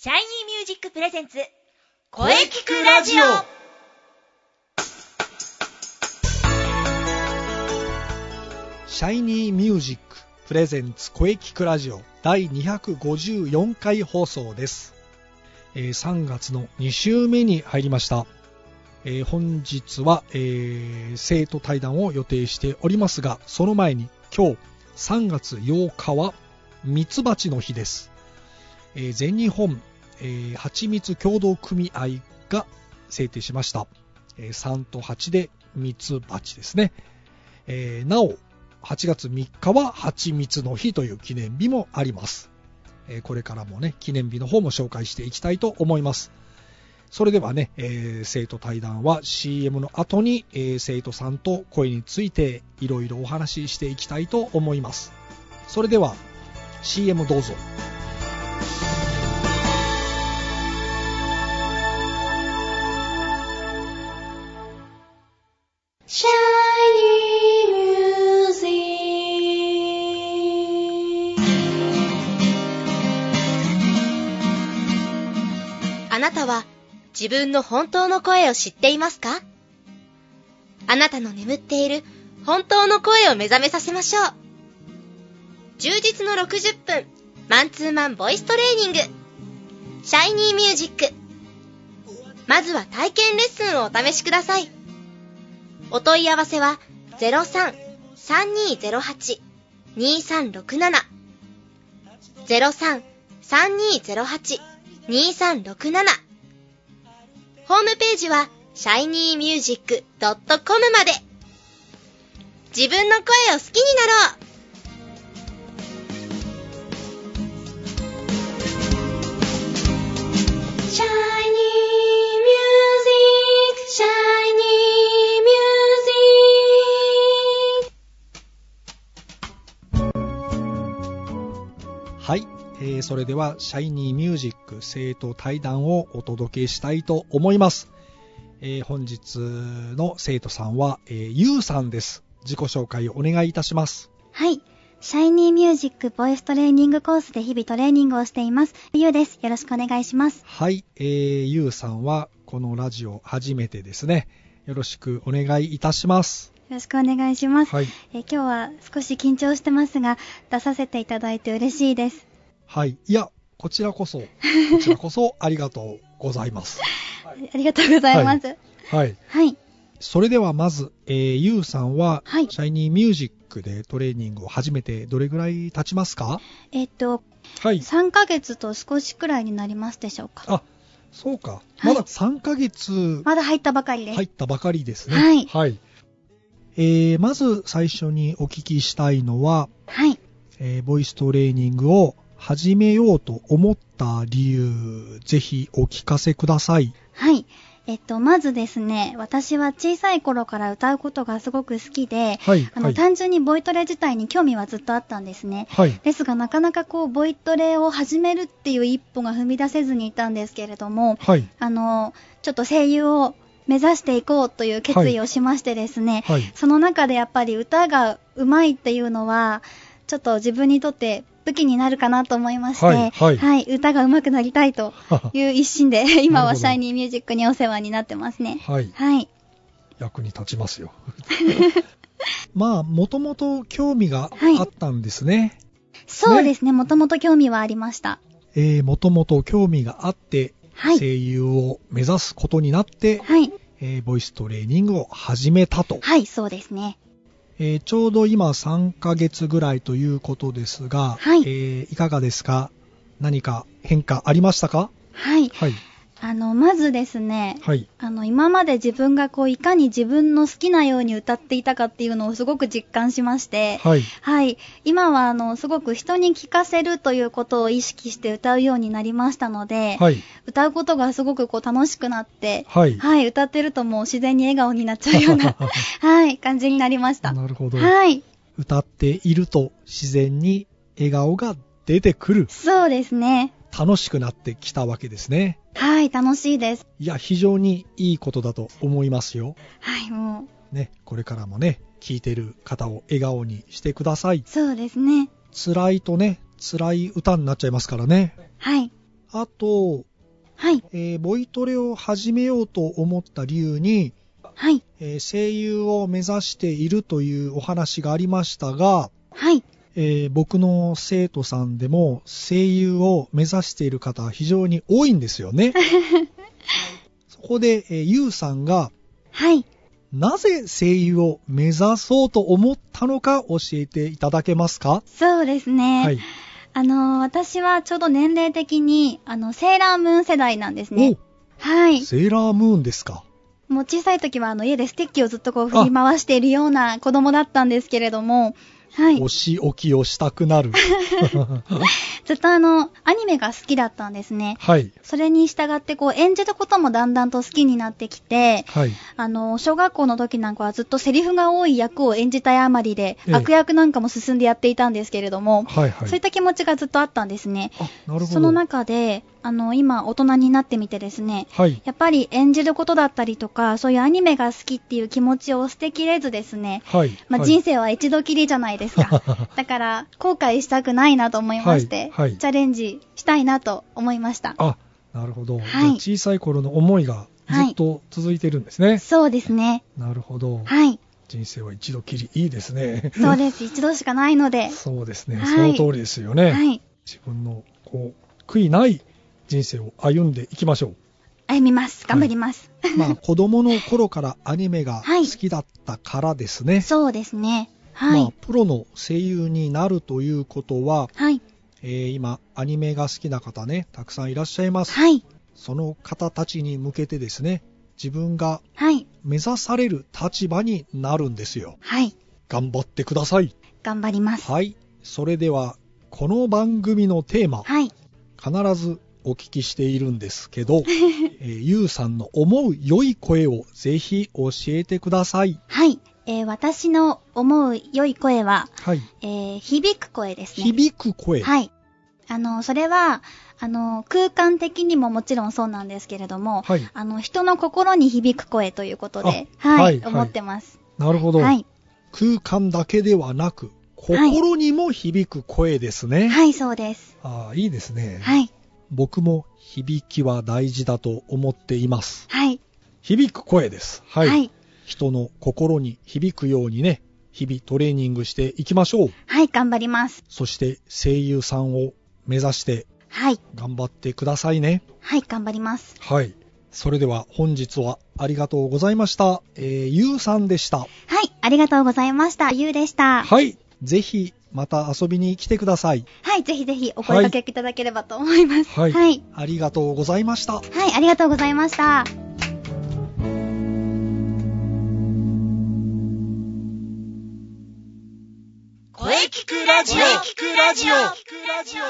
シャイニーミュージックプレゼンツ声聞くラジオ。 シャイニーミュージックプレゼンツ声聞くラジオ第254回放送です。3月の2週目に入りました。本日は、生徒対談を予定しておりますが、その前に今日3月8日はミツバチの日です。全日本、蜂蜜協同組合が制定しました。3と8でミツバチですね。なお8月3日は蜂蜜の日という記念日もあります。これからもね、記念日の方も紹介していきたいと思います。それではね、生徒対談は CM の後に、生徒さんと声についていろいろお話ししていきたいと思います。それでは CM どうぞ。 シャイニーミュージック。あなたは自分の本当の声を知っていますか？あなたの眠っている本当の声を目覚めさせましょう。充実の60分マンツーマンボイストレーニング、シャイニーミュージック。まずは体験レッスンをお試しください。お問い合わせは 03-3208-2367 03-3208-2367。ホームページは shinymusic.com まで。自分の声を好きになろう。シャイニーミュージック、シャイニーはい、それではシャイニーミュージック生徒対談をお届けしたいと思います。本日の生徒さんは、ゆうさんです。自己紹介をお願いいたします。 はい、シャイニーミュージックボイストレーニングコースで日々トレーニングをしていますゆうです。よろしくお願いします。 はい、ゆうさんはこのラジオ初めてですね。よろしくお願いいたします。 よろしくお願いします。 はい、 今日は少し緊張してますが出させていただいて嬉しいです。 はい、いやこちらこそありがとうございます。 ありがとうございます。 はい、 はい、 それではまず、ゆうさんは、 はい、 シャイニーミュージックでトレーニングを始めてどれぐらい経ちますか？はい、 3ヶ月と少しくらいになりますでしょうか。 あ、そうか、まだ3ヶ月、 まだ入ったばかりです。 入ったばかりですね。 はい、 はい、まず最初にお聞きしたいのは、 はい、 ボイストレーニングを始めようと思った理由、ぜひお聞かせください。 はい、まずですね、私は小さい頃から歌うことがすごく好きで、単純にボイトレ自体に興味はずっとあったんですね。ですがなかなかボイトレを始めるっていう一歩が踏み出せずにいたんですけれども、ちょっと声優を目指していこうという決意をしましてですね、その中でやっぱり歌が上手いっていうのはちょっと自分にとって武器になるかなと思いまして、歌が上手くなりたいという一心で今はシャイニーミュージックにお世話になってますね。 役に立ちますよ。まあもともと興味があったんですね。 そうですね、もともと興味はありました。 もともと興味があって、声優を目指すことになって、ボイストレーニングを始めたと。 はい、そうですね。 ちょうど今3ヶ月ぐらいということですが、いかがですか？何か変化ありましたか？ まずですね、今まで自分がいかに自分の好きなように歌っていたかっていうのをすごく実感しまして、今はすごく人に聞かせるということを意識して歌うようになりましたので、歌うことがすごく楽しくなって、歌ってるともう自然に笑顔になっちゃうような感じになりました。 なるほど。歌っていると自然に笑顔が出てくる。 そうですね。 楽しくなってきたわけですね。 楽しいです。 いや、非常にいいことだと思いますよ。 もうね、これからもね、聞いてる方を笑顔にしてください。 そうですね。 辛いとね、辛い歌になっちゃいますからね。 あと、 はい。 ボイトレを始めようと思った理由に、 はい。 声優を目指しているというお話がありましたが、 はい。 僕の生徒さんでも声優を目指している方は非常に多いんですよね。そこで、ゆうさんが、 はい。 なぜ声優を目指そうと思ったのか教えていただけますか？ そうですね。 はい。 私はちょうど年齢的に、セーラームーン世代なんですね。はい。 セーラームーンですか？ もう小さい時は家でステッキをずっとこう振り回しているような子供だったんですけれども、はい。 お仕置きをしたくなる。 ずっとアニメが好きだったんですね。 はい。 それに従って演じることもだんだんと好きになってきて、 はい。 小学校の時なんかはずっとセリフが多い役を演じたいあまりで、悪役なんかも進んでやっていたんですけれども、 はいはい。 そういった気持ちがずっとあったんですね。 なるほど。 その中で、今大人になってみてですね、 はい。 やっぱり演じることだったりとか、そういうアニメが好きっていう気持ちを捨てきれずですね、 はい。 人生は一度きりじゃないですか。だから、後悔したくないなと思いまして、 はい。 チャレンジしたいなと思いました。 なるほど。 はい。 小さい頃の思いがずっと続いてるんですね。 そうですね。 なるほど。 はい。 人生は一度きり、いいですね。 そうです。一度しかないので。 そうですね。その通りですよね。 はい。 自分の悔いない人生を歩んでいきましょう。 歩みます。頑張ります。 子供の頃からアニメが好きだったからですね。 そうですね。はい。 プロの声優になるということは、 はい。 今アニメが好きな方ね、たくさんいらっしゃいます。 はい。 その方たちに向けてですね、自分が目指される立場になるんですよ。 はい。 頑張ってください。 頑張ります。 はい。それではこの番組のテーマ、 はい。 必ずお聞きしているんですけど、ゆうさんの思う良い声をぜひ教えてください。 はい。私の思う良い声は、 はい。 響く声ですね。 響く声。 はい。それは、空間的にももちろんそうなんですけれども、 はい。 人の心に響く声ということで、はい、思ってます。 なるほど。 はい。 空間だけではなく、心にも響く声ですね。 はい、そうです。 いいですね。 はい。 僕も響きは大事だと思っています。 はい。 響く声です。はい。 はい。 人の心に響くようにね、日々トレーニングしていきましょう。 はい、頑張ります。 そして声優さんを目指して、 はい。 頑張ってくださいね。 はい、頑張ります。 はい。それでは本日はありがとうございました。ゆうさんでした。 はい、ありがとうございました。ゆうでした。 はい。ぜひまた遊びに来てください。 はい、ぜひぜひお声掛けいただければと思います。 はい。はい。ありがとうございました。 はい、ありがとうございました。 声聞くラジオ。聞くラジオ。聞くラジオ。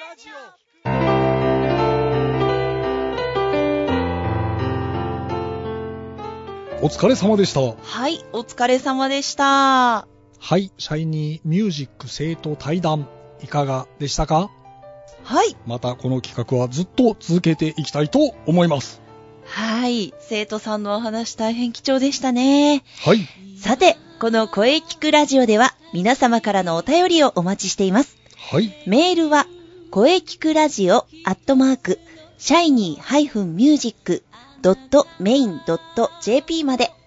お疲れ様でした。 はい、お疲れ様でした。 はい、シャイニーミュージック生徒対談いかがでしたか？ はい。 またこの企画はずっと続けていきたいと思います。 はい、生徒さんのお話大変貴重でしたね。 はい。 さて、この声聞くラジオでは皆様からのお便りをお待ちしています。 はい。 メールは声聞くラジオ@shiny-music.main.jp まで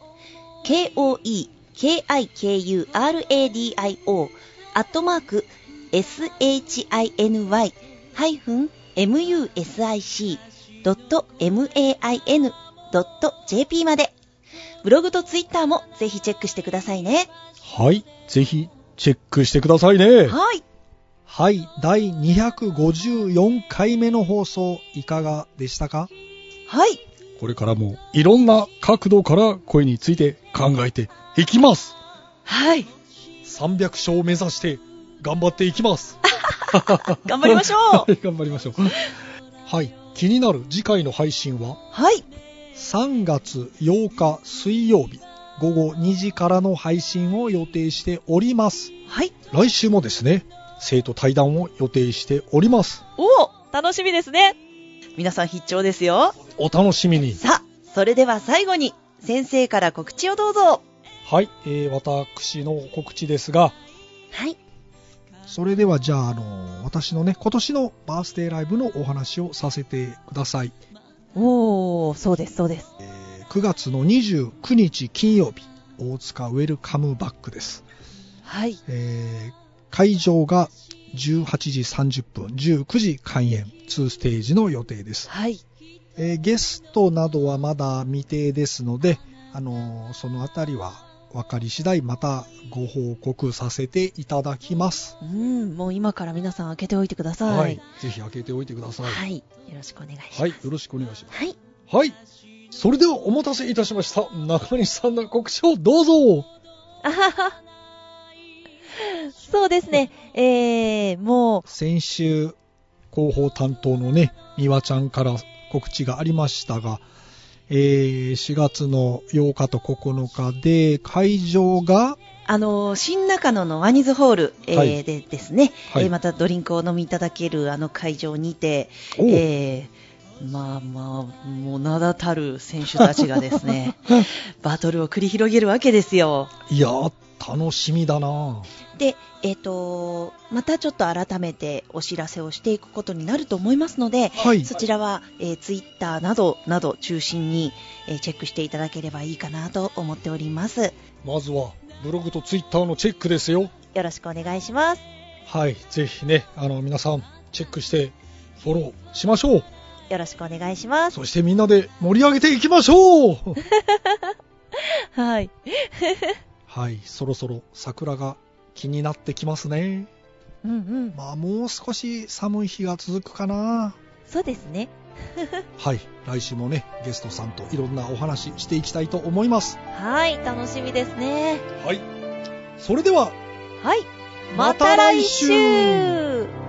KOEKIQRADIO@shiny-music.main.jp までブログとツイッターもぜひチェックしてくださいね。 はい、ぜひチェックしてくださいね。 はい。 はい、第254回目の放送いかがでしたか？ はい。 これからもいろんな角度から声について考えていきます。 はい。 300勝を目指して頑張っていきます。 頑張りましょう。 はい、頑張りましょう。はい、気になる次回の配信は、 はい。 3月8日水曜日午後2時からの配信を予定しております。 はい。 来週もですね、生徒対談を予定しております。 お、楽しみですね。皆さん必聴ですよ。 お楽しみに。 さあ、それでは最後に先生から告知をどうぞ。 はい、私の告知ですが、 はい。 それではじゃあ、私のね、今年のバースデーライブのお話をさせてください。 おー、そうです、そうです。 9月の29日金曜日、大塚ウェルカムバックです。 はい。 会場が18時30分、19時開演、2ステージの予定です。 はい。 ゲストなどはまだ未定ですので、そのあたりは分かり次第またご報告させていただきます。 もう今から皆さん開けておいてください。 はい。ぜひ開けておいてください。 はい。よろしくお願いします。 はい。よろしくお願いします。 はい。 はい。それではお待たせいたしました。中西さんの告知をどうぞ。 あはは。そうですね。もう。 先週、広報担当のね、美和ちゃんから告知がありましたが、4月の8日と9日で会場が新中野のワニズホール、でですね、 はい、 またドリンクを飲みいただける会場にて、まあもう名だたる選手たちがですねバトルを繰り広げるわけですよ。 いや楽しみだな。 で、またちょっと改めてお知らせをしていくことになると思いますので、 はい、 そちらは、ツイッターなど中心に、チェックしていただければいいかなと思っております。 まずはブログとツイッターのチェックですよ。 よろしくお願いします。 はい、ぜひね、皆さんチェックしてフォローしましょう。 よろしくお願いします。 そしてみんなで盛り上げていきましょうはいはい、そろそろ桜が気になってきますね。 うんうん。 まあもう少し寒い日が続くかな。 そうですねはい、来週もねゲストさんといろんなお話していきたいと思います。 はい、楽しみですね。 はい、それでははい、また来週。